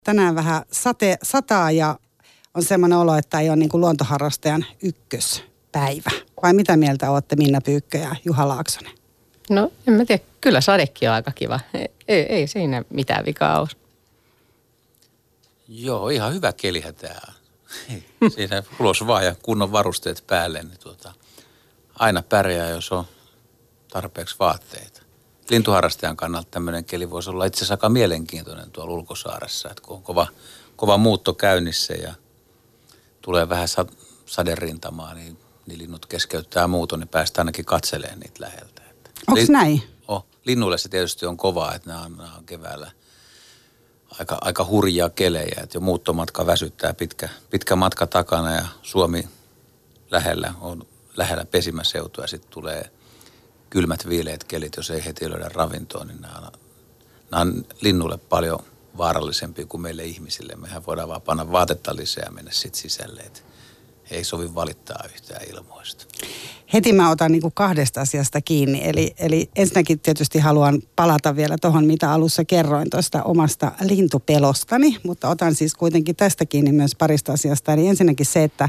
Tänään vähän sataa ja on semmoinen olo, että ei ole niin kuin luontoharrastajan ykköspäivä. Vai mitä mieltä olette Minna Pyykkö ja Juha Laaksonen? No en mä tiedä, kyllä sadekin on aika kiva. Ei siinä mitään vikaa ole. Joo, ihan hyvä kelihän tää. Siinä ulos vaan ja kunnon varusteet päälle, niin aina pärjää, jos on tarpeeksi vaatteita. Lintuharrastajan kannalta tämmöinen keli voisi olla itse asiassa aika mielenkiintoinen tuolla Ulkosaaressa, että kun on kova muutto käynnissä ja tulee vähän saderintamaa, niin linnut keskeyttää muuton, niin päästään ainakin katselemaan niitä läheltä. Onko näin? Linnuille se tietysti on kovaa, että nämä on keväällä aika hurjia kelejä, että jo muuttomatka väsyttää pitkä matka takana ja Suomi on lähellä pesimäseutua ja sitten tulee kylmät viileät kelit, jos ei heti löydä ravintoa, niin nämä on linnulle paljon vaarallisempia kuin meille ihmisille. Mehän voidaan vaan panna vaatetta lisää ja mennä sitten sisälle, että ei sovi valittaa yhtään ilmoista. Heti mä otan niin kuin kahdesta asiasta kiinni. Eli ensinnäkin tietysti haluan palata vielä tuohon, mitä alussa kerroin tuosta omasta lintupelostani, mutta otan siis kuitenkin tästä kiinni myös parista asiasta. Eli ensinnäkin se, että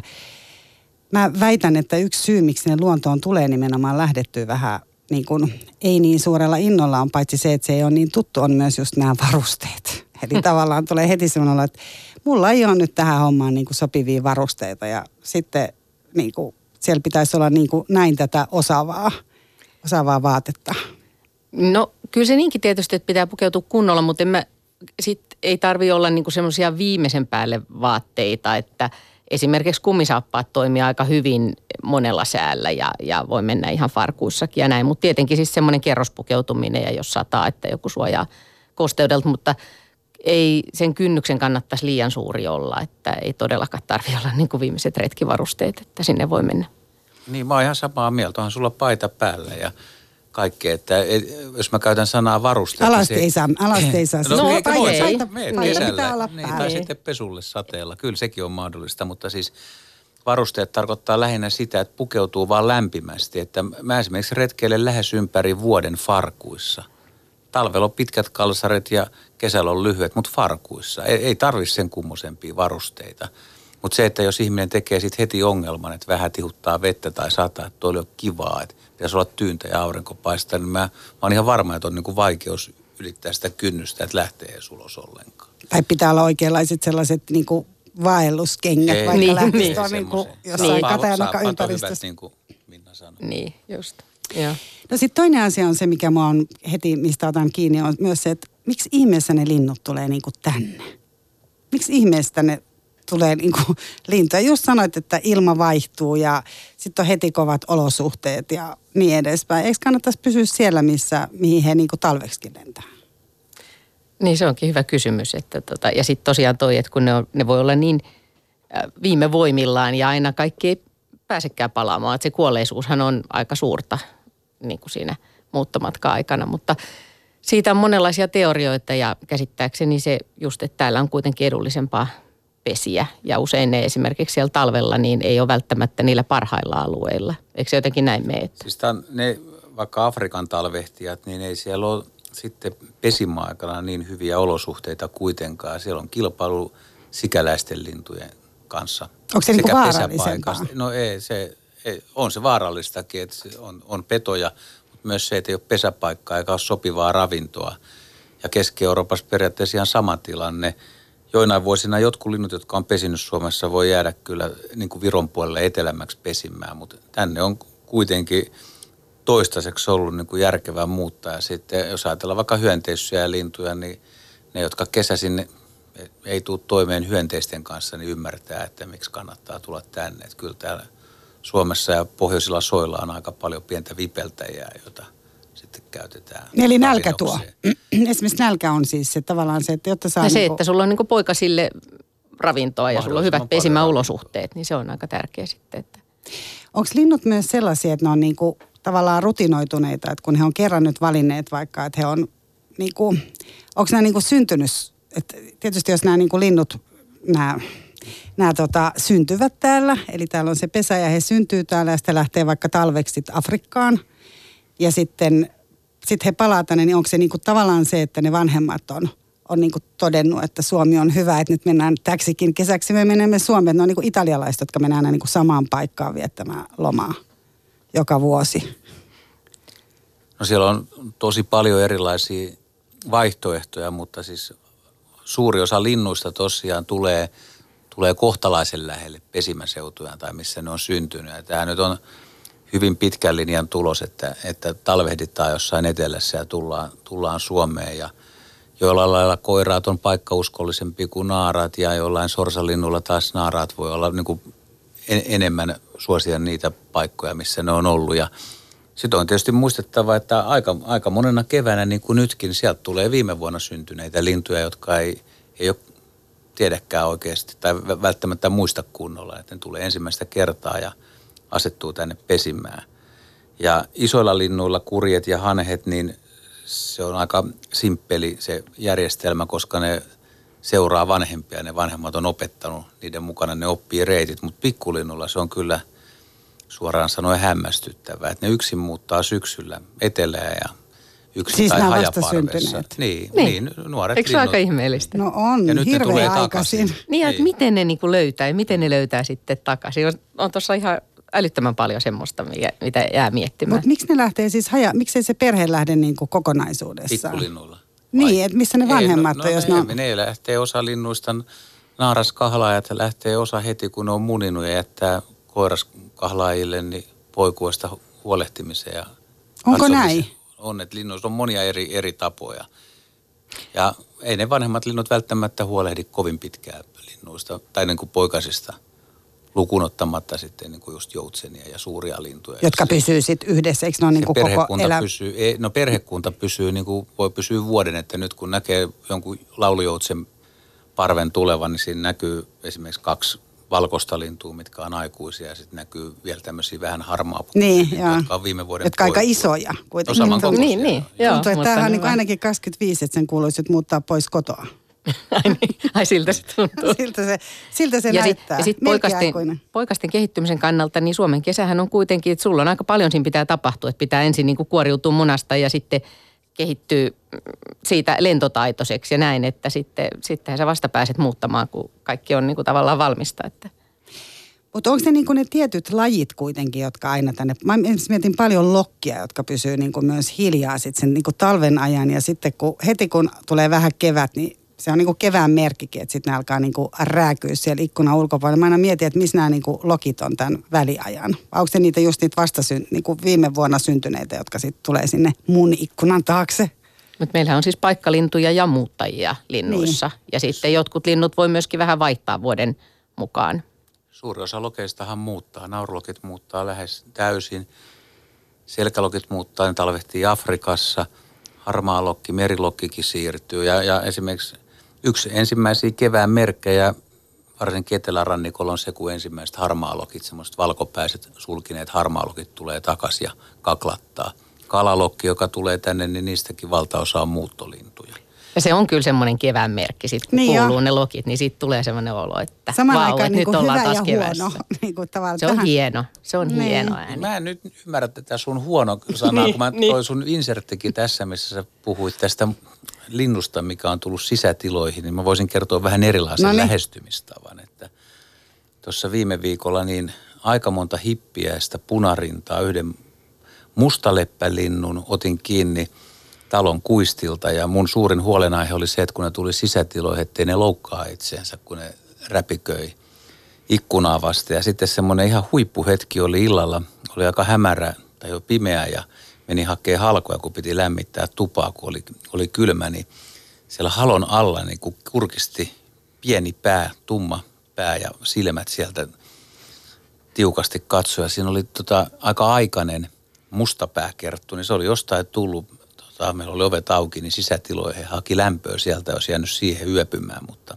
mä väitän, että yksi syy, miksi ne luontoon tulee nimenomaan lähdettyä vähän niin kuin ei niin suurella innolla on, paitsi se, että se ei ole niin tuttu, on myös just nämä varusteet. Eli tavallaan tulee heti semmoinen, että mulla ei ole nyt tähän hommaan niin kuin sopivia varusteita ja sitten niin kuin siellä pitäisi olla niin kuin näin tätä osaavaa vaatetta. No kyllä se niinkin tietysti, että pitää pukeutua kunnolla, mutta ei tarvitse olla niin kuin semmoisia viimeisen päälle vaatteita, että esimerkiksi kumisaappaat toimii aika hyvin monella säällä ja voi mennä ihan farkuissakin ja näin. Mutta tietenkin siis semmoinen kerrospukeutuminen ja jos sataa, että joku suojaa kosteudelta, mutta ei sen kynnyksen kannattaisi liian suuri olla, että ei todellakaan tarvitse olla niin kuin viimeiset retkivarusteet, että sinne voi mennä. Niin, mä oon ihan samaa mieltä. Onhan sulla paita päällä ja kaikkea, että jos mä käytän sanaa varusteet. Alasti ei saa. Paita pitää olla päällä. Tai sitten pesulle sateella. Kyllä sekin on mahdollista, mutta siis varusteet tarkoittaa lähinnä sitä, että pukeutuu vaan lämpimästi. Että mä esimerkiksi retkeilen lähes ympäri vuoden farkuissa. Talvella on pitkät kalsarit ja kesällä on lyhyet, mutta farkuissa. Ei tarvitse sen kummosempia varusteita. Mutta se, että jos ihminen tekee sitten heti ongelman, että vähän tihuttaa vettä tai sataa, että toi ei ole kivaa, että pitäisi olla tyyntä ja aurinko paistaa, niin mä oon ihan varma, että on niinku vaikeus ylittää sitä kynnystä, että lähtee edes ulos ollenkaan. Tai pitää olla oikeanlaiset sellaiset niinku vaelluskengät, vaikka lähtisi tuon niinku jossain katajanaka-ympäristössä. Niin kuin Minna sanoi. Niin, just. Joo. No sitten toinen asia on se, mikä mä oon heti, mistä otan kiinni, on myös se, että miksi ihmeessä ne linnut tulee niinku tänne? Miksi ihmeestä ne tulee niinku lintuja? Just sanoit, että ilma vaihtuu ja sitten on heti kovat olosuhteet ja niin edespäin. Eikö kannattaisi pysyä siellä, mihin he niinku talveksikin lentää? Niin se onkin hyvä kysymys. Ja sitten tosiaan toi, että kun ne voi olla niin viime voimillaan ja aina kaikki ei pääsekään palaamaan. Että se kuolleisuushan on aika suurta niin kuin siinä muuttomatka-aikana, mutta siitä on monenlaisia teorioita ja käsittääkseni se just, että täällä on kuitenkin edullisempaa pesiä ja usein ne esimerkiksi siellä talvella niin ei ole välttämättä niillä parhailla alueilla. Eikö se jotenkin näin mene? Siis ne vaikka Afrikan talvehtijat, niin ei siellä ole sitten pesimäaikana niin hyviä olosuhteita kuitenkaan. Siellä on kilpailu sikäläisten lintujen kanssa. Onko se niin kuin vaarallisempaa? No on se vaarallistakin, että on petoja, mutta myös se, että ei ole pesäpaikkaa eikä ole sopivaa ravintoa. Ja Keski-Euroopassa periaatteessa ihan sama tilanne. Joinain vuosina jotkut linnut, jotka on pesinyt Suomessa, voi jäädä kyllä niin kuin Viron puolelle etelämmäksi pesimään, mutta tänne on kuitenkin toistaiseksi ollut niin kuin järkevää muuttaa. Ja sitten jos ajatellaan vaikka hyönteissyjä ja lintuja, niin ne, jotka kesäisin ei tule toimeen hyönteisten kanssa, niin ymmärtää, että miksi kannattaa tulla tänne. Että kyllä täällä Suomessa ja pohjoisilla soilla on aika paljon pientä vipeltäjää, jota sitten käytetään. Eli nälkä tuo. Esimerkiksi nälkä on siis se tavallaan se, että jotta saa... Ja se, että sulla on niin kuin poikasille ravintoa ja sulla on hyvät pesimäolosuhteet, niin se on aika tärkeä sitten. Että... Onko linnut myös sellaisia, että ne on niin kuin tavallaan rutinoituneita, että kun he on kerran nyt valinneet vaikka, että he on niin kuin, onko nämä niin kuin syntynyt, että tietysti jos nämä niin kuin linnut, nämä syntyvät täällä, eli täällä on se pesä ja he syntyy täällä ja sitten lähtee vaikka talveksi Afrikkaan ja sitten he palaa tänne, niin onko se niin kuin tavallaan se, että ne vanhemmat on on niin kuin todennut, että Suomi on hyvä, että nyt mennään täksikin kesäksi. Me menemme Suomeen, ne on niin kuin italialaiset, jotka mennään aina niin kuin samaan paikkaan viettämään lomaa joka vuosi. No siellä on tosi paljon erilaisia vaihtoehtoja, mutta siis suuri osa linnuista tosiaan tulee kohtalaisen lähelle pesimäseutuja tai missä ne on syntynyt. Ja tämä nyt on hyvin pitkän linjan tulos, että talvehditaan jossain etelässä ja tullaan Suomeen. Ja jollain lailla koiraat on paikkauskollisempi kuin naaraat ja jollain sorsalinnulla taas naaraat voi olla niin kuin enemmän suosia niitä paikkoja, missä ne on ollut. Ja sitten on tietysti muistettava, että aika monena keväänä, niin kuin nytkin, sieltä tulee viime vuonna syntyneitä lintuja, jotka ei ole tiedäkään oikeasti tai välttämättä muista kunnolla. Että ne tulee ensimmäistä kertaa ja asettuu tänne pesimään. Ja isoilla linnuilla, kurjet ja hanhet, niin se on aika simppeli se järjestelmä, koska ne seuraa vanhempia. Ne vanhemmat on opettanut, niiden mukana ne oppii reitit, mutta pikkulinnulla se on kyllä suoraan sanoen hämmästyttävää, että ne yksin muuttaa syksyllä etelään ja yksin siis tai hajaparvessa. Niin, nuoret eikö se linnut. aika ihmeellistä? No on, ja nyt ne tulee hirveän takaisin. aikaisin. Niin, että miten ne niinku löytää ja miten ne löytää sitten takaisin. On tuossa ihan älyttömän paljon semmoista, mitä jää miettimään. Mutta miksi ne lähtee siis miksei se perhe lähde niin kuin kokonaisuudessaan? Pikkulinnuilla. Niin, että missä ne vanhemmat on, jos ne lähtee osa linnuista, naaraskahlaajat lähtee osa heti, kun ne on muninut ja jättää koiraskahlaajille niin poikuista huolehtimiseen. Ja onko näin? On, että linnuissa on monia eri tapoja. Ja ei ne vanhemmat linnut välttämättä huolehdi kovin pitkään linnuista tai niin kuin poikasista lukuun ottamatta sitten niin kuin just joutsenia ja suuria lintuja. Jotka pysyy sitten yhdessä, eikö ne ole niin kuin koko elämä? Perhekunta pysyy, niin kuin voi pysyä vuoden, että nyt kun näkee jonkun laulujoutsen parven tulevan, niin siinä näkyy esimerkiksi 2 valkoista lintua, mitkä on aikuisia, ja sitten näkyy vielä tämmöisiä vähän harmaapukuisia, jotka on viime vuoden jotka aika isoja kuitenkin. Niin. Joo, tuntuu, että tämähän on niin ainakin 25, että sen kuuluisi muuttaa pois kotoa. Ai siltä se tuntuu. siltä se näyttää. Ja sitten poikasten kehittymisen kannalta, niin Suomen kesähän on kuitenkin, että sulla on aika paljon siinä pitää tapahtua. Että pitää ensin niin kuin kuoriutua munasta ja sitten kehittyy siitä lentotaitoiseksi ja näin, että sittenhän sä vasta pääset muuttamaan, kun kaikki on niin kuin tavallaan valmista. Mutta onko ne tietyt lajit kuitenkin, jotka aina tänne, mä mietin paljon lokkia, jotka pysyy niin kuin myös hiljaa sitten sen niin kuin talven ajan ja sitten heti kun tulee vähän kevät, niin se on niin kuin kevään merkkikin, että sitten ne alkaa niin kuin rääkyä siellä ikkunan ulkopuolella. Mä aina mietin, että missä nämä niin kuin lokit on tämän väliajan. Onko se niitä just niitä niin kuin viime vuonna syntyneitä, jotka sitten tulee sinne mun ikkunan taakse? Mutta meillähän on siis paikkalintuja ja muuttajia linnuissa. Niin. Ja sitten jotkut linnut voi myöskin vähän vaihtaa vuoden mukaan. Suuri osa lokeistahan muuttaa. Naurulokit muuttaa lähes täysin. Selkälokit muuttaa, ne talvehtii Afrikassa. Harmaalokki, merilokkikin siirtyy. Ja esimerkiksi yksi ensimmäisiä kevään merkkejä, varsinkin etelärannikolla on se, kun ensimmäiset harmaalokit, semmoiset valkopäiset sulkineet harmaalokit tulee takaisin ja kaklattaa. Kalalokki, joka tulee tänne, niin niistäkin valtaosa on muuttolintuja. Ja se on kyllä semmoinen kevään merkki. Sitten kun niin kuuluu ne lokit, niin siitä tulee semmoinen olo, että nyt ollaan taas kevässä. Niin se on hieno. Se on hieno ääni. Mä en nyt ymmärrä tätä sun huono sanaa, kun mä toi sun inserttikin tässä, missä sä puhuit tästä linnusta, mikä on tullut sisätiloihin, niin mä voisin kertoa vähän erilaisen lähestymistavan. Että tuossa viime viikolla niin aika monta hippiäistä punarintaa, yhden mustaleppälinnun otin kiinni talon kuistilta ja mun suurin huolenaihe oli se, että kun ne tuli sisätiloihin, ettei ne loukkaa itseensä, kun ne räpiköi ikkunaa vasten. Ja sitten semmoinen ihan huippuhetki oli illalla, oli aika hämärä tai jo pimeä ja meni hakee halkoja, kun piti lämmittää tupaa, kun oli kylmä, niin siellä halon alla niin kun kurkisti pieni pää, tumma pää ja silmät sieltä tiukasti katsoja. Siinä oli aika aikainen mustapääkerttu, niin se oli jostain tullut. Meillä oli ovet auki, niin sisätiloihin haki lämpöä sieltä, olisi jäänyt siihen yöpymään, mutta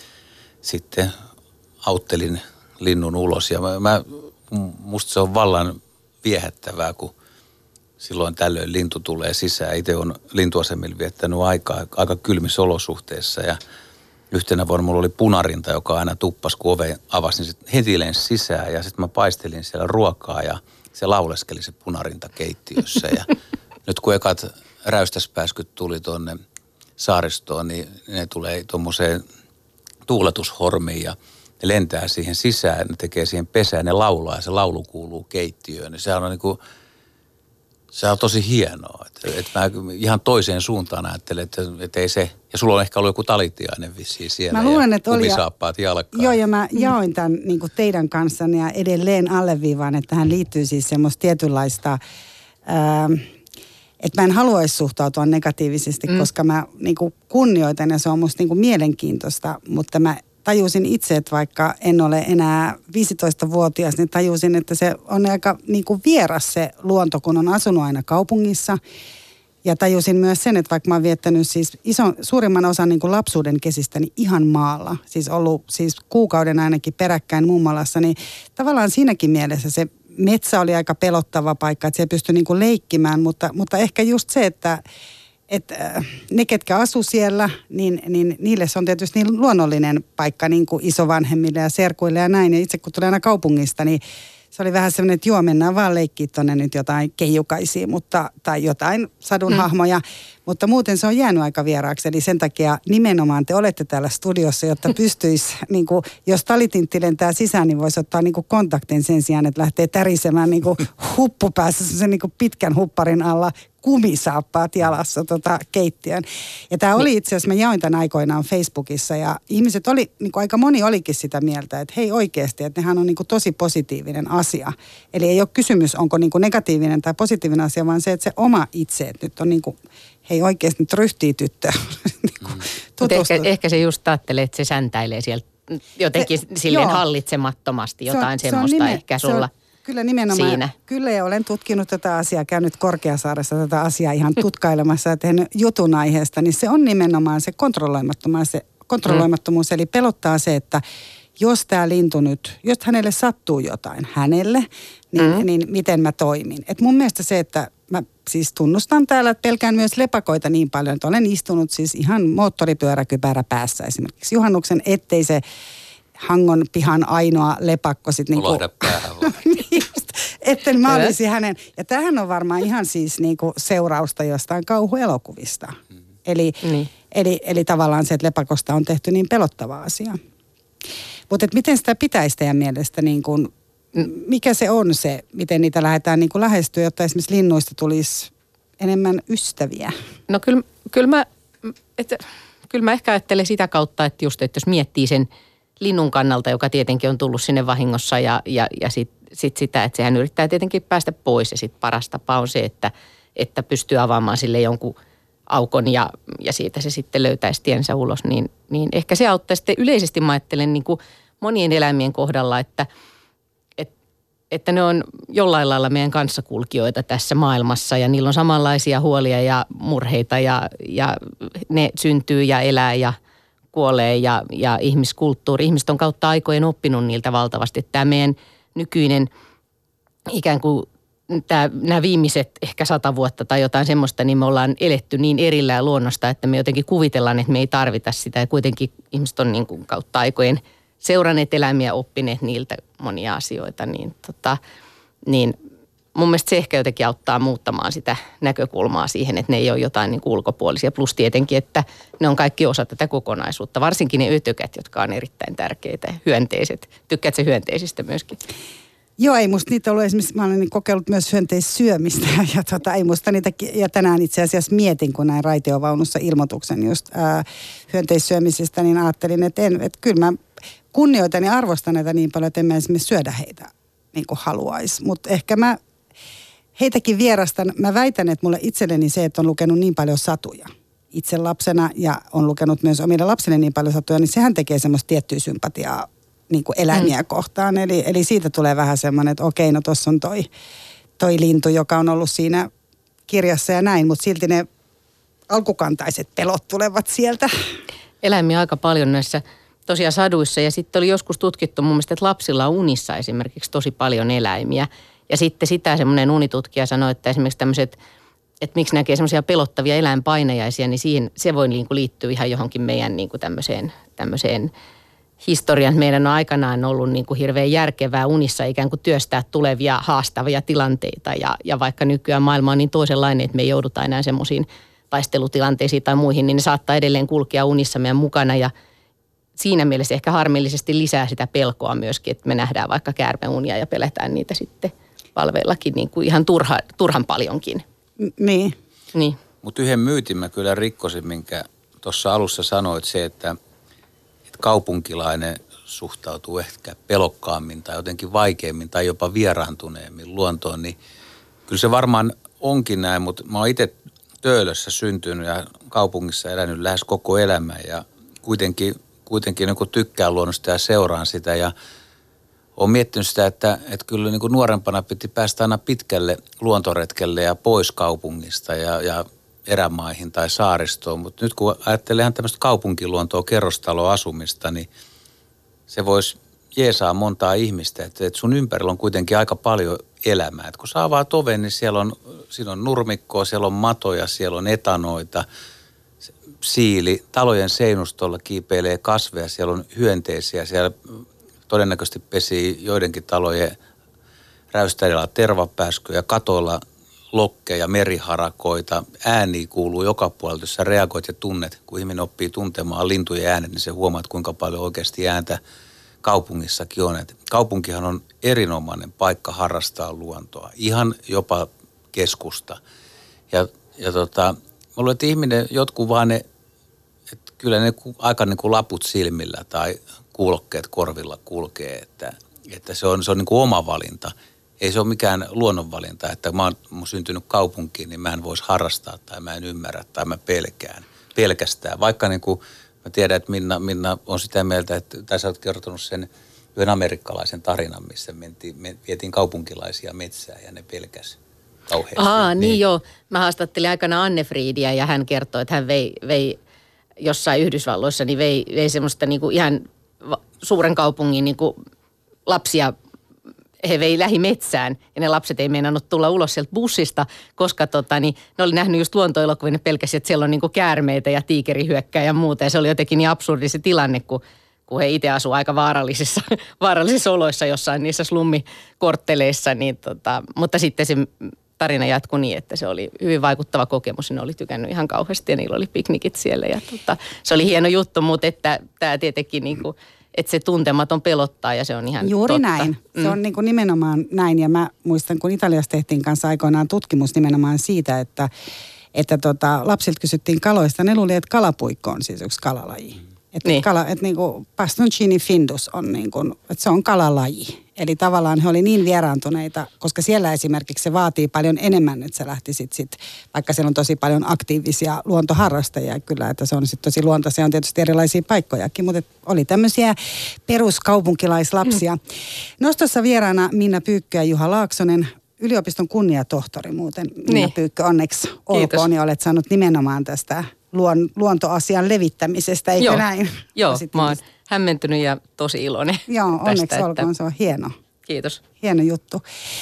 sitten auttelin linnun ulos. Ja musta se on vallan viehättävää, kun silloin tällöin lintu tulee sisään. Itse olen lintuasemilla viettänyt aikaa aika kylmissä olosuhteissa ja yhtenä vuonna mulla oli punarinta, joka aina tuppasi, kun ove avasi, niin sitten heti lensi sisään ja sitten mä paistelin siellä ruokaa ja se lauleskeli se punarinta keittiössä ja nyt kun ekat räystäspääskyt tuli tuonne saaristoon, niin ne tulee tuommoiseen tuuletushormiin ja ne lentää siihen sisään, ne tekee siihen pesään, ne laulaa ja se laulu kuuluu keittiöön. Niin sehän on niinku, se on tosi hienoa. Että mä ihan toiseen suuntaan ajattelen, että ei se, ja sulla on ehkä ollut joku talitiainen vissiin siellä. Mä luulen, että kumisaappaat jalkaan. Joo, ja mä jaoin tämän niin kuin teidän kanssanne ja edelleen alleviivaan, että tähän liittyy siis semmoista tietynlaista, että mä en haluaisi suhtautua negatiivisesti, koska mä niin kuin kunnioitan ja se on musta niin kuin mielenkiintoista, mutta mä tajusin itse, että vaikka en ole enää 15-vuotias, niin tajusin, että se on aika niin kuin vieras se luonto, kun on asunut aina kaupungissa. Ja tajusin myös sen, että vaikka mä oon viettänyt siis suurimman osan niin kuin lapsuuden kesistäni ihan maalla, siis ollut siis kuukauden ainakin peräkkäin mummolassa, niin tavallaan siinäkin mielessä se metsä oli aika pelottava paikka, että se pystyi niin kuin leikkimään, mutta ehkä just se, että ne, ketkä asu siellä, niin niille se on tietysti niin luonnollinen paikka niin kuin isovanhemmille ja serkuille ja näin. Ja itse kun tulee aina kaupungista, niin se oli vähän semmoinen, että joo, mennään vaan leikkiä tuonne nyt jotain keijukaisia tai jotain sadunhahmoja. Mutta muuten se on jäänyt aika vieraaksi. Eli sen takia nimenomaan te olette täällä studiossa, jotta pystyisi, niin kuin, jos talitintti lentää sisään, niin voisi ottaa niin kuin kontaktin sen sijaan, että lähtee tärisemään niin kuin huppupäässä sen niin kuin pitkän hupparin alla kumisaappaat jalassa keittiön. Ja tämä oli itse asiassa, mä jaoin tämän aikoinaan Facebookissa ja ihmiset oli, niin kuin aika moni olikin sitä mieltä, että hei oikeasti, että nehän on niin kuin tosi positiivinen asia. Eli ei ole kysymys, onko niin kuin negatiivinen tai positiivinen asia, vaan se, että se oma itse, että nyt on niin kuin, hei oikeasti nyt ryhtii tyttö. Ehkä se just ajattelee, että se säntäilee sieltä jotenkin silleen hallitsemattomasti jotain semmoista ehkä sulla. Kyllä nimenomaan. Siinä. Kyllä ja olen tutkinut tätä asiaa, käynyt Korkeasaaressa tätä asiaa ihan tutkailemassa ja tehnyt jutun aiheesta, niin se on nimenomaan se kontrolloimattomuus, eli pelottaa se, että jos tämä lintu nyt, jos hänelle sattuu jotain, niin miten mä toimin. Et mun mielestä se, että mä siis tunnustan täällä, että pelkään myös lepakoita niin paljon, että olen istunut siis ihan moottoripyöräkypärä päässä esimerkiksi juhannuksen, ettei se Hangon pihan ainoa lepakko sitten niinku päähän vaan. etten mä olisi hänen. Ja tämähän on varmaan ihan siis niinku seurausta jostain kauhuelokuvista. Eli tavallaan se, että lepakosta on tehty niin pelottava asia. Mutta miten sitä pitäisi teidän mielestä, niin kun, mikä se on se, miten niitä lähdetään niin lähestyä, jotta esimerkiksi linnuista tulisi enemmän ystäviä? No kyllä mä ehkä ajattelen sitä kautta, että just, että jos miettii sen linnun kannalta, joka tietenkin on tullut sinne vahingossa ja sit sitä, että sehän yrittää tietenkin päästä pois ja sitten paras tapa on se, että pystyy avaamaan sille jonkun aukon ja siitä se sitten löytäisi tiensä ulos, niin ehkä se auttaa sitten yleisesti mä ajattelen niin kuin monien eläimien kohdalla, että ne on jollain lailla meidän kanssakulkijoita tässä maailmassa ja niillä on samanlaisia huolia ja murheita ja ne syntyy ja elää ja kuolee ja ihmiset on kautta aikojen oppinut niiltä valtavasti. Tämä meidän nykyinen ikään kuin nämä viimeiset ehkä 100 vuotta tai jotain semmoista, niin me ollaan eletty niin erillään luonnosta, että me jotenkin kuvitellaan, että me ei tarvita sitä. Ja kuitenkin ihmiset on niin kuin kautta aikojen seuranneet eläimiä, oppineet niiltä monia asioita. Niin mun mielestä se ehkä jotenkin auttaa muuttamaan sitä näkökulmaa siihen, että ne ei ole jotain niin kuin ulkopuolisia. Plus tietenkin, että ne on kaikki osa tätä kokonaisuutta. Varsinkin ne ötökät, jotka on erittäin tärkeitä. Hyönteiset. Tykkäätkö hyönteisistä myöskin? Joo, ei musta niitä ollut esimerkiksi, mä olen kokeillut myös hyönteissyömistä ja ei musta niitä, ja tänään itse asiassa mietin, kun näin raitiovaunussa ilmoituksen just hyönteissyömisestä, niin ajattelin, että kyllä mä kunnioitan ja arvostan näitä niin paljon, että en mä esimerkiksi syödä heitä niin kuin haluaisi, mutta ehkä mä heitäkin vierastan, mä väitän, että mulle itselleni se, että on lukenut niin paljon satuja itse lapsena ja on lukenut myös omille lapsille niin paljon satuja, niin sehän tekee semmoista tiettyä sympatiaa niin kuin eläimiä kohtaan. Eli siitä tulee vähän semmoinen, että okei, no tuossa on toi lintu, joka on ollut siinä kirjassa ja näin, mutta silti ne alkukantaiset pelot tulevat sieltä. Eläimiä aika paljon näissä tosiaan saduissa ja sitten oli joskus tutkittu mun mielestä, että lapsilla on unissa esimerkiksi tosi paljon eläimiä. Ja sitten sitä semmoinen unitutkija sanoi, että esimerkiksi tämmöiset, että miksi näkee semmoisia pelottavia eläinpainajaisia, niin siihen se voi niin kuin liittyä ihan johonkin meidän niin kuin tämmöiseen historian. Meidän on aikanaan ollut niin kuin hirveän järkevää unissa ikään kuin työstää tulevia haastavia tilanteita ja vaikka nykyään maailma on niin toisenlainen, että me ei jouduta enää semmoisiin taistelutilanteisiin tai muihin, niin ne saattaa edelleen kulkea unissa meidän mukana ja siinä mielessä ehkä harmillisesti lisää sitä pelkoa myöskin, että me nähdään vaikka käärmeunia ja pelätään niitä sitten valveillakin niin kuin ihan turhan paljonkin. Niin. Mutta yhden myytin mä kyllä rikkosin, minkä tuossa alussa sanoit, se, että kaupunkilainen suhtautuu ehkä pelokkaammin tai jotenkin vaikeammin tai jopa vieraantuneemmin luontoon, niin kyllä se varmaan onkin näin, mutta mä oon itse Töölössä syntynyt ja kaupungissa elänyt lähes koko elämän ja kuitenkin niin kuin tykkään luonnosta ja seuraan sitä ja olen miettinyt sitä, että kyllä niin kuin nuorempana piti päästä aina pitkälle luontoretkelle ja pois kaupungista ja erämaihin tai saaristoon, mutta nyt kun ajattelee ihan tämmöistä kaupunkiluontoa, kerrostaloasumista, niin se voisi jeesaa montaa ihmistä, että sun ympärillä on kuitenkin aika paljon elämää. Et kun saa avaat oven, niin siinä on nurmikkoa, siellä on matoja, siellä on etanoita, siili, talojen seinustolla kiipeilee kasveja, siellä on hyönteisiä, siellä todennäköisesti pesii joidenkin talojen räystäillä tervapääskyjä, katoilla lokkeja, meriharakoita, ääniä kuuluu joka puolelta, jos sä reagoit ja tunnet, kun ihminen oppii tuntemaan lintujen äänet, niin se huomaat, kuinka paljon oikeasti ääntä kaupungissakin on. Et kaupunkihan on erinomainen paikka harrastaa luontoa, ihan jopa keskusta. Ja mä luulen, että ihminen, jotkut vaan ne, että kyllä ne aika niin kuin laput silmillä tai kuulokkeet korvilla kulkee, että se on niin kuin oma valinta. Ei se ole mikään luonnonvalinta, että mä oon syntynyt kaupunkiin, niin mä en voisi harrastaa tai mä en ymmärrä tai mä pelkästään. Vaikka niin kuin mä tiedän, että Minna on sitä mieltä, että sä oot kertonut sen yhden amerikkalaisen tarinan, missä vietiin kaupunkilaisia metsään ja ne pelkäs kauheasti. Niin joo. Mä haastattelin aikana Anne Friediä ja hän kertoi, että hän vei jossain Yhdysvalloissa, niin vei semmoista niinku ihan suuren kaupungin niinku lapsia. He vei lähimetsään ja ne lapset ei meinannut tulla ulos sieltä bussista, koska ne oli nähnyt just luontoelokuvia, ne pelkäsi, että siellä on niinku käärmeitä ja tiikerihyökkää ja muuta. Ja se oli jotenkin niin absurdi se tilanne, kun he itse asuu aika vaarallisissa oloissa jossain niissä slummikortteleissa. Niin mutta sitten se tarina jatkui niin, että se oli hyvin vaikuttava kokemus. Ne oli tykännyt ihan kauheasti ja niillä oli piknikit siellä. Ja se oli hieno juttu, mutta että tämä tietenkin niinku että se tuntematon pelottaa ja se on ihan juuri totta. Näin. Se on niin kuin nimenomaan näin ja mä muistan, kun Italiassa tehtiin kanssa aikoinaan tutkimus nimenomaan siitä, että lapsilta kysyttiin kaloista. Ne luuli, että kalapuikko on siis yksi kalalaji. Että niin. Niinku Bastoncini findus on niin kuin, että se on kalalaji. Eli tavallaan he oli niin vieraantuneita, koska siellä esimerkiksi se vaatii paljon enemmän, että sä lähtisit sitten, vaikka siellä on tosi paljon aktiivisia luontoharrastajia kyllä, että se on sitten tosi luontaisia, on tietysti erilaisia paikkojakin, mutta oli tämmöisiä peruskaupunkilaislapsia. Nostossa vieraana Minna Pyykkö ja Juha Laaksonen, yliopiston kunniatohtori muuten. Minna Pyykkö, onneksi olkoon ja olet saanut nimenomaan tästä luontoasian levittämisestä, eikö Joo. näin? Joo, mä oon hämmentynyt ja tosi iloinen. Joo, onneksi olkoon, se on hieno. Kiitos. Hieno juttu.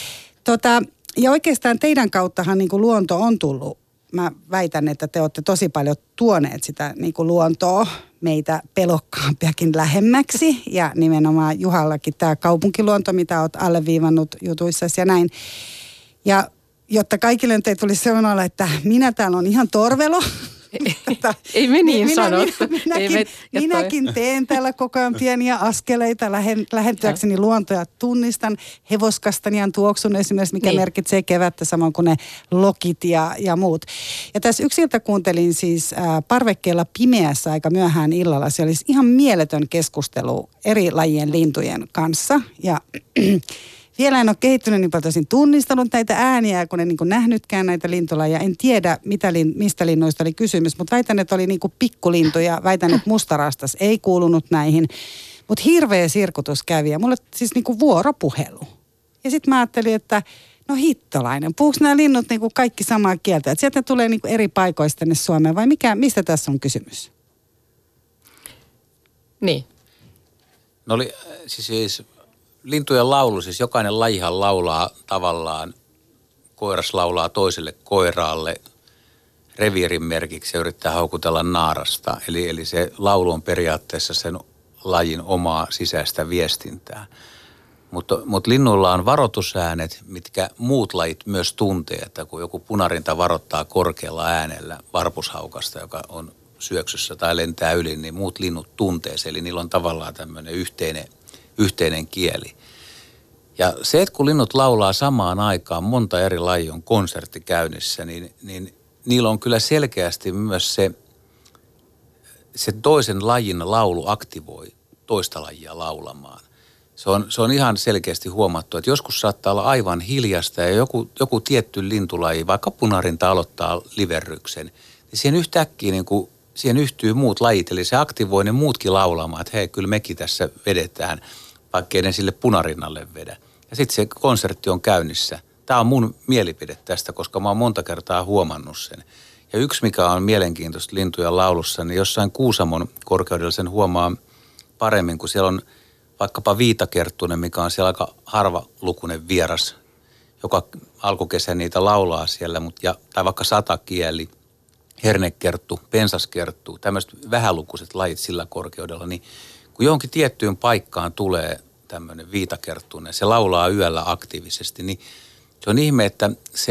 Ja oikeastaan teidän kauttahan niin kuin luonto on tullut. Mä väitän, että te olette tosi paljon tuoneet sitä niin kuin luontoa meitä pelokkaampiakin lähemmäksi. Ja nimenomaan Juhallakin tämä kaupunkiluonto, mitä olet alleviivannut jutuissasi ja näin. Ja jotta kaikille nyt ei tulisi sellainen, että minä täällä on ihan torvelo. Ei me niin sanottu. Minäkin teen täällä koko ajan pieniä askeleita lähentyäkseni luontoa. Tunnistan hevoskastanian tuoksun esimerkiksi, mikä merkitsee kevättä, samoin kuin ne lokit ja muut. Ja tässä yksiltä kuuntelin siis parvekkeella pimeässä aika myöhään illalla. Se olisi ihan mieletön keskustelu eri lajien lintujen kanssa ja vielä en ole kehittynyt niin paljon, tosin tunnistanut näitä ääniä, kun en niin kuin nähnytkään näitä lintulajeja. En tiedä, mistä linnuista oli kysymys, mutta väitän, että oli niin kuin pikkulintuja. Väitän, että mustarastas ei kuulunut näihin. Mutta hirveä sirkutus kävi ja mulle siis niin kuin vuoropuhelu. Ja sitten mä ajattelin, että no hittolainen, puhuuko nämä linnut niin kuin kaikki samaa kieltä? Että sieltä ne tulee niin kuin eri paikoista tänne Suomeen vai mistä tässä on kysymys? Niin. No oli siis lintujen laulu, siis jokainen lajihan laulaa tavallaan, koiras laulaa toiselle koiraalle reviirin merkiksi ja yrittää haukutella naarasta. Eli se laulu on periaatteessa sen lajin omaa sisäistä viestintää. Mutta linnuilla on varoitusäänet, mitkä muut lajit myös tuntee, että kun joku punarinta varoittaa korkealla äänellä varpushaukasta, joka on syöksyssä tai lentää yli, niin muut linnut tuntee se. Eli niillä on tavallaan tämmöinen yhteinen kieli. Ja se, että kun linnut laulaa samaan aikaan, monta eri lajia on konsertti käynnissä, niin niillä on kyllä selkeästi myös se toisen lajin laulu aktivoi toista lajia laulamaan. Se on ihan selkeästi huomattu, että joskus saattaa olla aivan hiljasta ja joku tietty lintulaji, vaikka punarinta aloittaa liverryksen, niin siihen yhtäkkiä niin kuin, siihen yhtyy muut lajit, eli se aktivoi ne muutkin laulamaan, että hei, kyllä mekin tässä vedetään, vaikka ei ne sille punarinnalle vedä. Ja sitten se konsertti on käynnissä. Tämä on mun mielipide tästä, koska mä oon monta kertaa huomannut sen. Ja yksi, mikä on mielenkiintoista lintujen laulussa, niin jossain Kuusamon korkeudella sen huomaa paremmin, kun siellä on vaikkapa viitakerttunen, mikä on siellä aika harvalukuinen vieras, joka alkukesän niitä laulaa siellä, tai vaikka satakieli, hernekerttu, pensaskerttu, tämmöiset vähälukuiset lajit sillä korkeudella, niin kun johonkin tiettyyn paikkaan tulee tämmöinen viitakerttunen, se laulaa yöllä aktiivisesti, niin se on ihme, että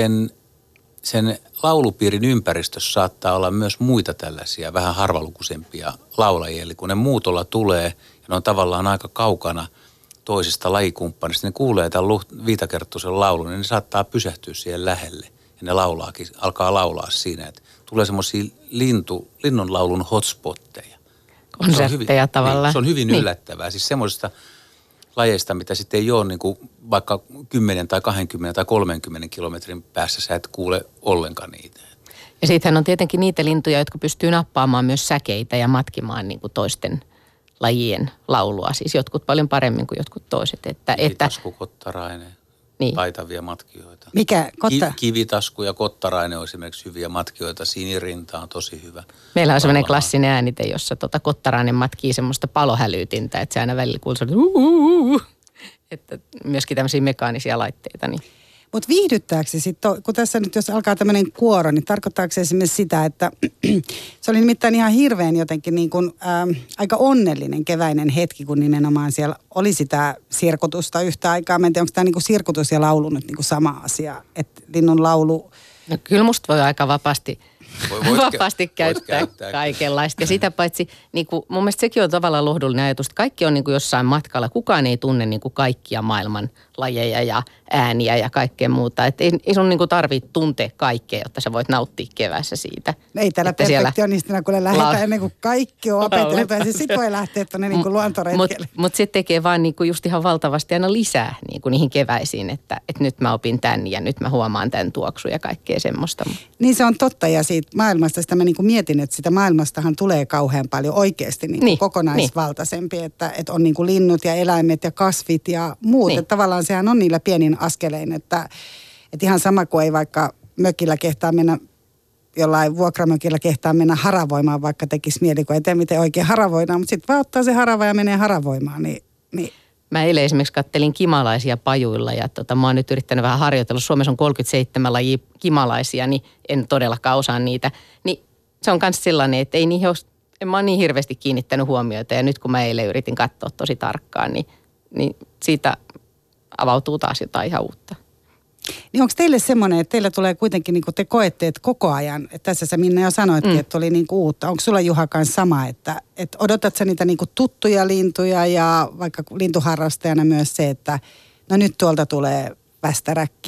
sen laulupiirin ympäristössä saattaa olla myös muita tällaisia vähän harvalukuisempia laulajia. Eli kun ne muutolla tulee ja ne on tavallaan aika kaukana toisista lajikumppanista, ne kuulee tämän viitakerttuisen laulun, niin ne saattaa pysähtyä siihen lähelle. Ja ne alkaa laulaa siinä, että tulee semmoisia linnunlaulun hotspotteja. Konsertteja tavallaan. Se on hyvin yllättävää. Siis semmoisista lajeista, mitä sitten ei ole niin kuin vaikka 10 tai 20 tai 30 kilometrin päässä, sä et kuule ollenkaan niitä. Ja sittenhän on tietenkin niitä lintuja, jotka pystyy nappaamaan myös säkeitä ja matkimaan niin kuin toisten lajien laulua. Siis jotkut paljon paremmin kuin jotkut toiset. Kivitasku, kottarainen, niin. Taitavia matkijoita. Mikä? Kivitasku ja kottarainen on esimerkiksi hyviä matkijoita. Sinirinta on tosi hyvä. Meillä on sellainen klassinen äänite, jossa kottarainen matkii semmoista palohälytintä, että se aina välillä kuuluu, että myöskin tämmöisiä mekaanisia laitteita. Niin. Mutta viihdyttääkö se sitten, kun tässä nyt jos alkaa tämmöinen kuoro, niin tarkoittaako se esimerkiksi sitä, että se oli nimittäin ihan hirveän jotenkin niin kuin, aika onnellinen keväinen hetki, kun nimenomaan siellä oli sitä sirkutusta yhtä aikaa. Mä en tiedä, onko tämä niin kuin sirkutus ja laulu nyt niin kuin sama asia, että linnun laulu... No kyllä musta voi aika vapaasti käyttää kaikenlaista. Ja sitä paitsi, niin kuin, mun mielestä sekin on tavallaan lohdullinen ajatus, että kaikki on niin kuin jossain matkalla. Kukaan ei tunne niin kuin kaikkia maailman lajeja ja ääniä ja kaikkea muuta. Että ei sun niin kuin tarvitse tuntea kaikkea, jotta sä voit nauttia keväässä siitä. Ei täällä perfektionistina, kun lähdetään ennen kuin kaikki on opeteltu. Ja sitten voi lähteä tuonne niin kuin luontoretkelle. Mutta se tekee vaan niin kuin just ihan valtavasti aina lisää niin kuin niihin keväisiin, että nyt mä opin tän ja nyt mä huomaan tän tuoksun ja kaikkea semmoista. Niin se on totta ja siitä maailmasta sitä mä niin kuin mietin, että sitä maailmastahan tulee kauhean paljon oikeasti niin kuin kokonaisvaltaisempi, että on niin kuin linnut ja eläimet ja kasvit ja muut. Että tavallaan sehän on niillä pienin askelein, että ihan sama kuin ei vaikka mökillä kehtaa mennä, jollain vuokramökillä kehtaa mennä haravoimaan, vaikka tekisi mieli, kun ei tee miten oikein haravoidaan, mutta sitten vaan ottaa se harava ja menee haravoimaan, niin. Mä eilen esimerkiksi kattelin kimalaisia pajuilla ja mä oon nyt yrittänyt vähän harjoitella. Suomessa on 37 lajia kimalaisia, niin en todellakaan osaa niitä. Niin se on myös sellainen, että en mä ole niin hirveästi kiinnittänyt huomiota ja nyt kun mä eilen yritin katsoa tosi tarkkaan, niin siitä avautuu taas jotain ihan uutta. Niin onko teille semmoinen, että teillä tulee kuitenkin, niin kuin te koette, että koko ajan, että tässä sä Minna jo sanoitkin, että oli niin kuin uutta. Onko sulla Juha kanssa sama, että odotat sä niitä niin kuin tuttuja lintuja ja vaikka lintuharrastajana myös se, että no nyt tuolta tulee västäräkki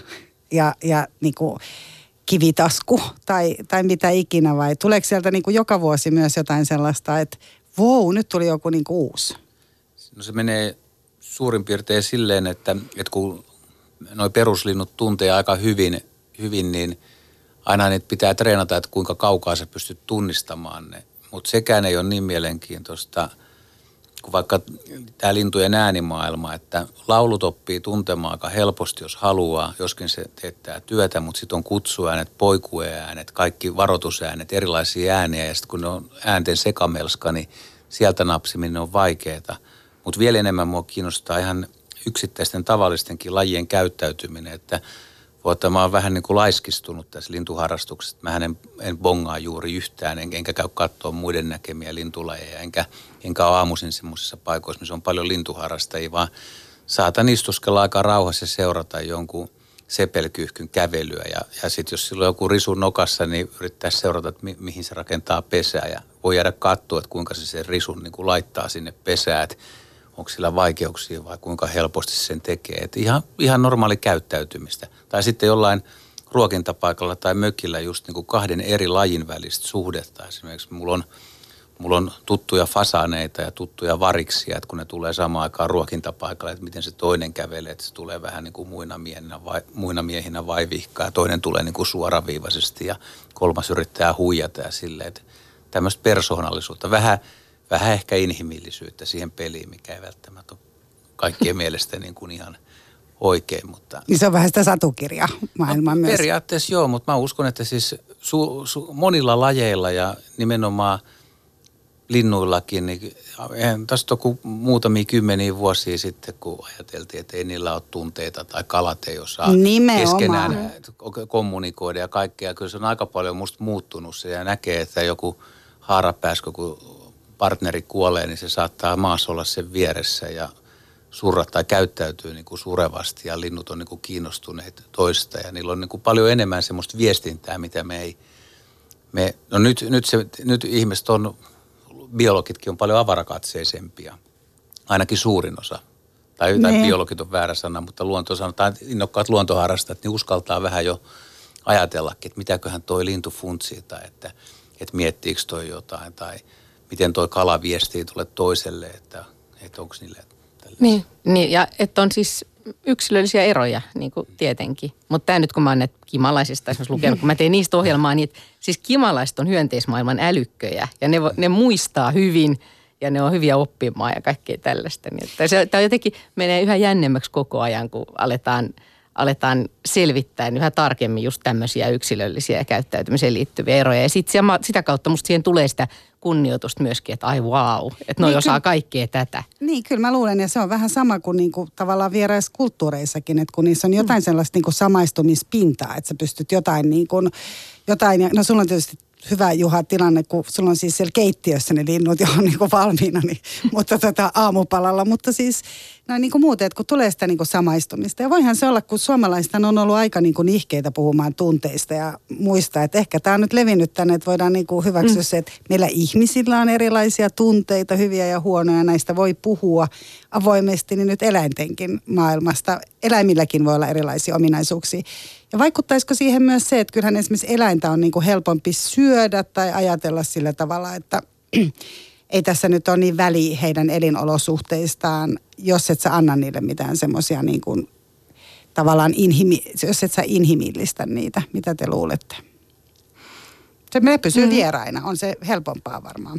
ja niin kuin kivitasku tai mitä ikinä vai tuleeko sieltä niin kuin joka vuosi myös jotain sellaista, että wow, nyt tuli joku niin kuin uusi? No se menee suurin piirtein silleen, että kun noi peruslinnut tuntee aika hyvin, niin aina niitä pitää treenata, että kuinka kaukaa sä pystyt tunnistamaan ne. Mutta sekään ei ole niin mielenkiintoista kuin vaikka tämä lintujen äänimaailma, että laulut oppii tuntemaan aika helposti, jos haluaa, joskin se teettää työtä, mutta sitten on kutsuäänet, poikueäänet, kaikki varoitusäänet, erilaisia ääniä ja sitten kun ne on äänten sekamelska, niin sieltä napsiminen on vaikeaa. Mutta vielä enemmän mua kiinnostaa ihan yksittäisten tavallistenkin lajien käyttäytyminen, että mä oon vähän niin kuin laiskistunut tässä lintuharrastuksessa. Mä en bongaa juuri yhtään, enkä käy katsoa muiden näkemiä lintulajeja, enkä ole aamuisin semmoisissa paikoissa, missä on paljon lintuharrastajia, vaan saatan istuskella aika rauhassa ja seurata jonkun sepelkyyhkyn kävelyä. Ja sitten jos sillä on joku risu nokassa, niin yrittää seurata, että mihin se rakentaa pesää. Ja voi jäädä katsoa, että kuinka se sen risun niin kuin laittaa sinne pesään, että onko sillä vaikeuksia vai kuinka helposti sen tekee. Että ihan normaali käyttäytymistä. Tai sitten jollain ruokintapaikalla tai mökillä just niin kuin kahden eri lajin välistä suhdetta. Esimerkiksi mulla on tuttuja fasaaneita ja tuttuja variksia, että kun ne tulee samaan aikaan ruokintapaikalle, että miten se toinen kävelee, että se tulee vähän niin kuin muina miehinä vaivihkaa ja toinen tulee niin kuin suoraviivaisesti ja kolmas yrittää huijata ja silleen, että tämmöistä persoonallisuutta, vähän ehkä inhimillisyyttä siihen peliin, mikä ei välttämättä ole kaikkien mielestä niin kuin ihan oikein, mutta... Niin se on vähän sitä satukirjaa maailmaa myös. Periaatteessa joo, mutta mä uskon, että siis monilla lajeilla ja nimenomaan linnuillakin, niin tästä on muutamia kymmeniä vuosia sitten, kun ajateltiin, että ei niillä ole tunteita tai kalat ei osaa keskenään kommunikoida ja kaikkea. Kyllä se on aika paljon musta muuttunut se ja näkee, että joku haarapääskö, kun partneri kuolee, niin se saattaa maassa olla sen vieressä ja surra tai käyttäytyy niin kuin surevasti ja linnut on niin kuin kiinnostuneet toista ja niillä on niin kuin paljon enemmän semmoista viestintää, mitä nyt ihmiset on, biologitkin on paljon avarakatseisempia, ainakin suurin osa. Tai biologit on väärä sana, mutta sanotaan, innokkaat luontoharrastajat, niin uskaltaa vähän jo ajatellakin, että mitäköhän toi lintu funtsii tai että miettiikö toi jotain tai miten toi kala viestii tuolle toiselle, että onko niille tällaisia. Niin, ja että on siis yksilöllisiä eroja, niin kuin tietenkin. Mutta tämä nyt, kun mä oon näitä kimalaisista esimerkiksi lukenut, kun mä teen niistä ohjelmaa, niin siis kimalaiset on hyönteismaailman älykköjä ja ne muistaa hyvin ja ne on hyviä oppimaan ja kaikkea tällaista. Niin, tämä jotenkin menee yhä jännemmäksi koko ajan, kun aletaan selvittää yhä tarkemmin just tämmöisiä yksilöllisiä ja käyttäytymiseen liittyviä eroja. Ja sitä kautta musta siihen tulee sitä kunnioitusta myöskin, että ai vau, että noi osaa kaikkea tätä. Niin, kyllä mä luulen, ja se on vähän sama kuin niinku tavallaan vieraiskulttuureissakin, että kun niissä on jotain sellaista niinku samaistumispintaa, että sä pystyt jotain, no sulla on tietysti hyvä, Juha, tilanne, kun sulla on siis siellä keittiössä ne linnut jo on niinku valmiina, niin, mutta aamupalalla, mutta siis no niin kuin muuten, että kun tulee sitä niin kuin samaistumista. Ja voihan se olla, kun suomalaista on ollut aika niin kuin nihkeitä puhumaan tunteista ja muista, että ehkä tämä on nyt levinnyt tänne, että voidaan niin kuin hyväksyä se, että meillä ihmisillä on erilaisia tunteita, hyviä ja huonoja, näistä voi puhua avoimesti, niin nyt eläintenkin maailmasta. Eläimilläkin voi olla erilaisia ominaisuuksia. Ja vaikuttaisiko siihen myös se, että kyllähän esimerkiksi eläintä on niin kuin helpompi syödä tai ajatella sillä tavalla, että ei tässä nyt ole niin väliä heidän elinolosuhteistaan, jos et sä anna niille mitään semmoisia niin kuin tavallaan jos et sä inhimillistä niitä, mitä te luulette? Se me pysyy vieraina, on se helpompaa varmaan.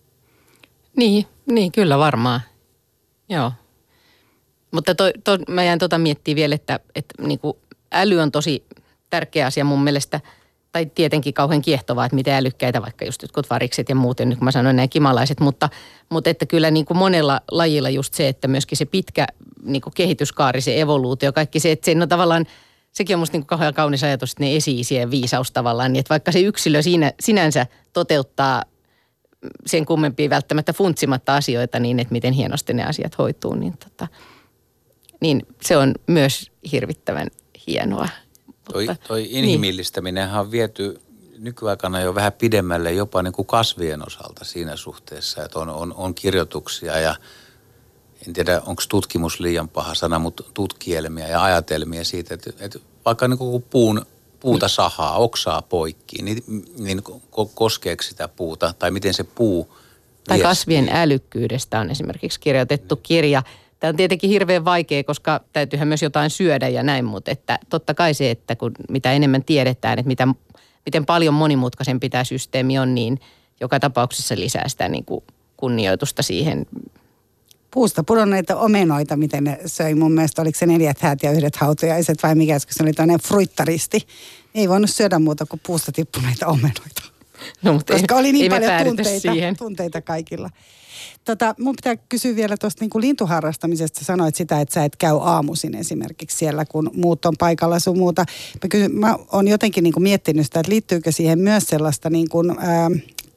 Niin kyllä varmaan, joo. Mutta mä jäin miettimään vielä, että niin kuin äly on tosi tärkeä asia mun mielestä, tai tietenkin kauhean kiehtovaa, että miten älykkäitä vaikka just jotkut varikset ja muuten, nyt kun mä sanoin nämä kimalaiset, mutta että kyllä niin kuin monella lajilla just se, että myöskin se pitkä niin kuin kehityskaari, se evoluutio, kaikki se, että se on tavallaan, sekin on musta niin kuin kauhean kaunis ajatus, että ne esi-isien viisaus tavallaan, niin että vaikka se yksilö sinänsä toteuttaa sen kummempia välttämättä funtsimatta asioita niin, että miten hienosti ne asiat hoituu, niin se on myös hirvittävän hienoa. Toi inhimillistäminenhän on viety nykyaikana jo vähän pidemmälle jopa niin kuin kasvien osalta siinä suhteessa, että on kirjoituksia ja en tiedä onko tutkimus liian paha sana, mutta tutkielmia ja ajatelmia siitä, että vaikka niin kuin puuta sahaa, oksaa poikki, niin koskeeko sitä puuta tai miten se puu tai kasvien älykkyydestä on esimerkiksi kirjoitettu kirja. Tämä on tietenkin hirveän vaikea, koska täytyyhän myös jotain syödä ja näin, mutta että totta kai se, että kun mitä enemmän tiedetään, että miten paljon monimutkaisempi tämä systeemi on, niin joka tapauksessa lisää sitä niin kuin kunnioitusta siihen. Puusta pudonneita omenoita, miten ne söi mun mielestä, oliko se 4 häät ja 1 hautajaiset vai mikä, koska se oli toinen fruittaristi. Ei voinut syödä muuta kuin puusta tippuneita omenoita. No, mutta koska oli niin paljon tunteita kaikilla. Mun pitää kysyä vielä tuosta niin kuin lintuharrastamisesta. Sä sanoit sitä, että sä et käy aamuisin esimerkiksi siellä, kun muut on paikalla sun muuta. Mä oon jotenkin niin kuin miettinyt sitä, että liittyykö siihen myös sellaista niin kuin,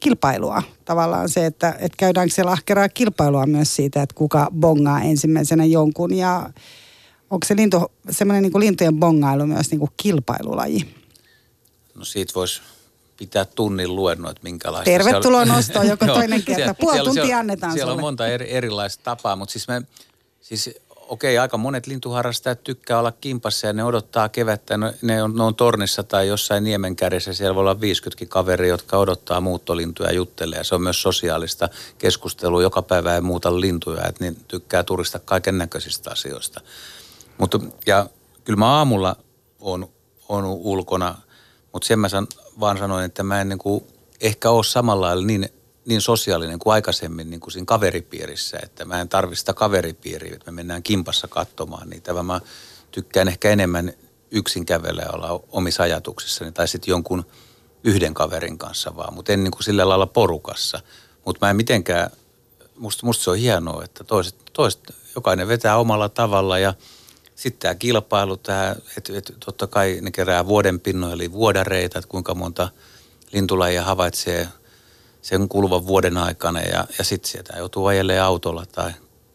kilpailua. Tavallaan se, että käydäänkö siellä ahkeraa kilpailua myös siitä, että kuka bongaa ensimmäisenä jonkun. Ja onko se semmoinen niin kuin lintujen bongailu myös niin kuin kilpailulaji? No siitä voisi pitää tunnin luennoit, minkälaista. Tervetuloa nostoon joko toinen kerta. Puoli tuntia annetaan siellä sulle. On monta erilaista tapaa, mutta okei, aika monet lintuharrastajat tykkää olla kimpassa ja ne odottaa kevättä. Ne on tornissa tai jossain niemenkärjessä. Siellä voi olla 50 kaveria, jotka odottaa muuttolintuja ja juttelee. Ja se on myös sosiaalista keskustelua. Joka päivä ei muuta lintuja, että ne tykkää turista kaiken näköisistä asioista. Ja kyllä mä aamulla on ulkona, mutta sen mä vaan sanoin, että mä en niin kuin ehkä ole samalla lailla niin sosiaalinen kuin aikaisemmin niin kuin siinä kaveripiirissä, että mä en tarvitse sitä kaveripiiriä, että me mennään kimpassa katsomaan niitä, vaan mä tykkään ehkä enemmän yksin kävellä ja olla omissa ajatuksissani tai sitten jonkun yhden kaverin kanssa vaan, mutta en niin kuin sillä lailla porukassa. Mutta mä en mitenkään, musta se on hienoa, että toiset jokainen vetää omalla tavalla ja sitten tämä kilpailu, että totta kai ne kerää vuodenpinnoja eli vuodareita, että kuinka monta lintulajia havaitsee sen kuluvan vuoden aikana ja sitten sieltä joutuu ajelemaan autolla tai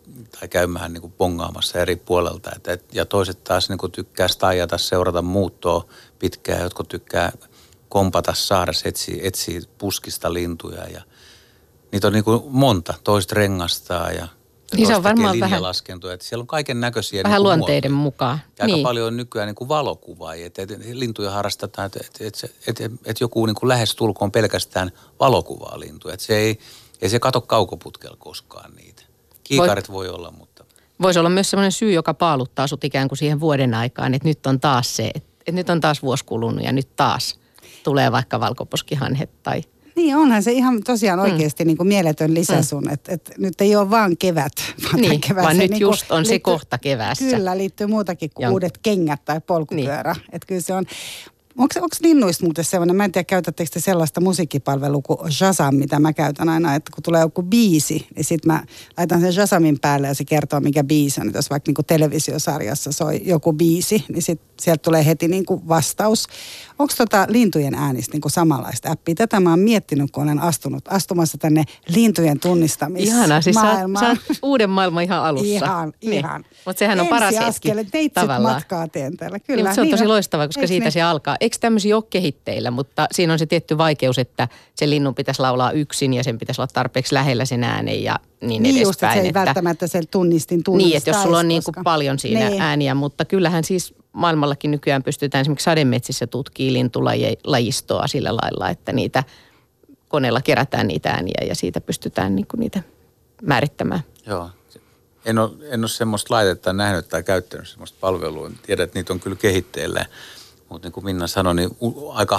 käymään niin kuin bongaamassa eri puolelta. Ja toiset taas niin kuin tykkää staijata, seurata muuttoa pitkään, jotkut tykkää kompata saaressa, etsii puskista lintuja ja niitä on niin kuin monta. Toiset rengastaa ja niin se on varmaan vähän laskentoja. Että siellä on kaiken näköisiä vähän niin luonteiden mukaan. Ja aika paljon on nykyään niin kuin valokuvaajia. Että lintuja harrastetaan, että joku niin kuin lähestulkoon pelkästään valokuvaa lintuja. Että ei se kato kaukoputkella koskaan niitä. Kiikarit voi olla, mutta voisi olla myös sellainen syy, joka paaluttaa sut ikään kuin siihen vuoden aikaan, että nyt on taas se, että nyt on taas vuosi kulunut ja nyt taas tulee vaikka valkoposkihanhet tai Niin, onhan se ihan tosiaan oikeasti niin kuin mieletön lisä sun, että nyt ei ole vaan kevät. Vaan nyt niin just on se kohta keväässä. Kyllä, liittyy muutakin kuin uudet kengät tai polkupyörä. Niin. Että kyllä se on. Onko linnuista muuten sellainen, mä en tiedä, käytättekö te sellaista musiikkipalvelua kuin Shazam, mitä mä käytän aina, että kun tulee joku biisi, niin sit mä laitan sen Shazamin päälle ja se kertoo, mikä biisi on. Että jos vaikka niin kuin televisiosarjassa soi joku biisi, niin sit sieltä tulee heti niin kuin vastaus. Onko lintujen äänistä niin kuin samanlaista appia? Tätä mä oon miettinyt, kun olen astumassa tänne lintujen tunnistamismaailmaan. Ihanaa, siis sä oot uuden maailman ihan alussa. Ihan. Mutta sehän on paras hetki tavallaan. Matkaa teen täällä. Kyllä. Niin, se on tosi loistavaa, koska siitä se alkaa. Eikö tämmöisiä ole kehitteillä, mutta siinä on se tietty vaikeus, että sen linnun pitäisi laulaa yksin ja sen pitäisi olla tarpeeksi lähellä sen äänen ja niin edespäin. Just, että se ei välttämättä sen tunnistaa. Niin, että jos sulla on niin kuin paljon siinä ääniä, mutta kyllähän siis maailmallakin nykyään pystytään esimerkiksi sademetsissä tutkimaan lintulajistoa sillä lailla, että niitä koneella kerätään niitä ääniä ja siitä pystytään niin kuin niitä määrittämään. Joo. En ole semmoista laitetta nähnyt tai käyttänyt semmoista palvelua. Tiedän, että niitä on kyllä kehitteillä. Mutta niin kuin Minna sanoi, niin aika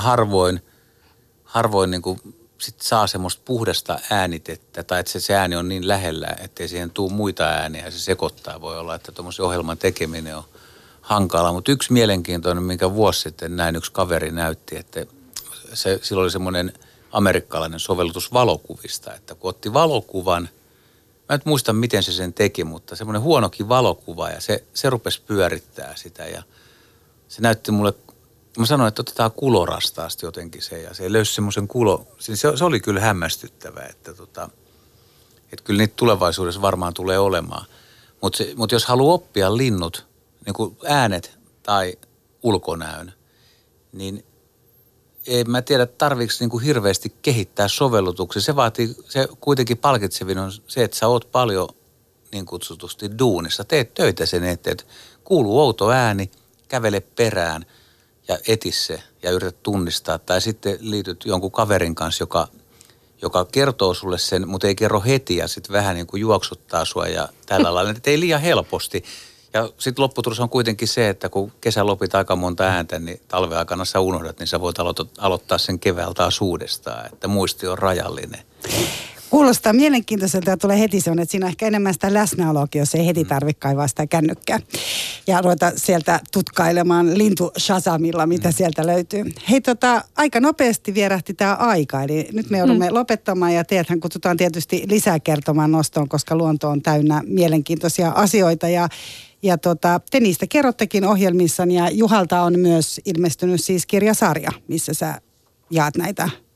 harvoin niin kuin sit saa semmoista puhdasta äänitettä. Tai että se ääni on niin lähellä, ettei siihen tule muita ääniä ja se sekoittaa. Voi olla, että tuommoisen ohjelman tekeminen on hankala. Mutta yksi mielenkiintoinen, minkä vuosi sitten näin yksi kaveri näytti, että sillä oli semmoinen amerikkalainen sovellutus valokuvista. Että kun otti valokuvan, mä en muista miten se sen teki, mutta semmoinen huonokin valokuva ja se rupesi pyörittää sitä ja se näytti mulle, mä sanoin, että otetaan kulorastaasti jotenkin se ja se löysi semmoisen se oli kyllä hämmästyttävää, että kyllä niitä tulevaisuudessa varmaan tulee olemaan. Mutta jos haluaa oppia linnut, niin kuin äänet tai ulkonäön, niin en mä tiedä, tarviiko niin kuin hirveästi kehittää sovellutuksia. Se kuitenkin palkitsevin on se, että sä oot paljon niin kutsutusti duunissa. Teet töitä sen eteen, että kuuluu outo ääni, kävele perään ja eti se ja yritä tunnistaa. Tai sitten liityt jonkun kaverin kanssa, joka kertoo sulle sen, mutta ei kerro heti ja sitten vähän niin kuin juoksuttaa sua ja tällä lailla. Että ei liian helposti. Ja sitten lopputulos on kuitenkin se, että kun kesän lopit aika monta ääntä, niin talven aikana sä unohdat, niin sä voit aloittaa sen keväällä taas uudestaan, että muisti on rajallinen. Kuulostaa mielenkiintoiselta ja tulee heti se, että siinä on ehkä enemmän sitä läsnäoloakin, jos ei heti tarvitse kaivaa sitä kännykkää. Ja ruveta sieltä tutkailemaan lintu Shazamilla, mitä sieltä löytyy. Hei aika nopeasti vierähti tämä aika, eli nyt me joudumme lopettamaan ja teethän kutsutaan tietysti lisää kertomaan nostoon, koska luonto on täynnä mielenkiintoisia asioita ja te niistä kerrottekin ohjelmissani ja Juhalta on myös ilmestynyt siis kirjasarja, missä sä jaat näitä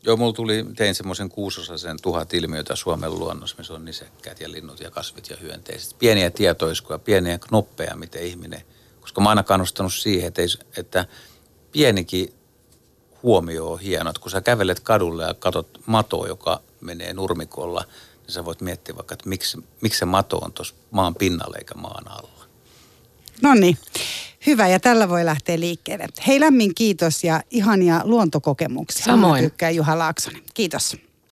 Joo, tein semmoisen 6-osaisen 1000 ilmiötä Suomen luonnossa, missä on nisäkkäät ja linnut ja kasvit ja hyönteiset. Pieniä tietoiskuja, pieniä knoppeja, miten ihminen, koska mä oon aina kannustanut siihen, että pienikin huomio on hieno. Että kun sä kävelet kadulle ja katot matoa, joka menee nurmikolla, niin sä voit miettiä vaikka, että miksi se mato on tuossa maan pinnalla eikä maan alla. No niin, hyvä ja tällä voi lähteä liikkeelle. Hei, lämmin kiitos ja ihania luontokokemuksia. Samoin. Tykkää Juha Laaksonen. Kiitos.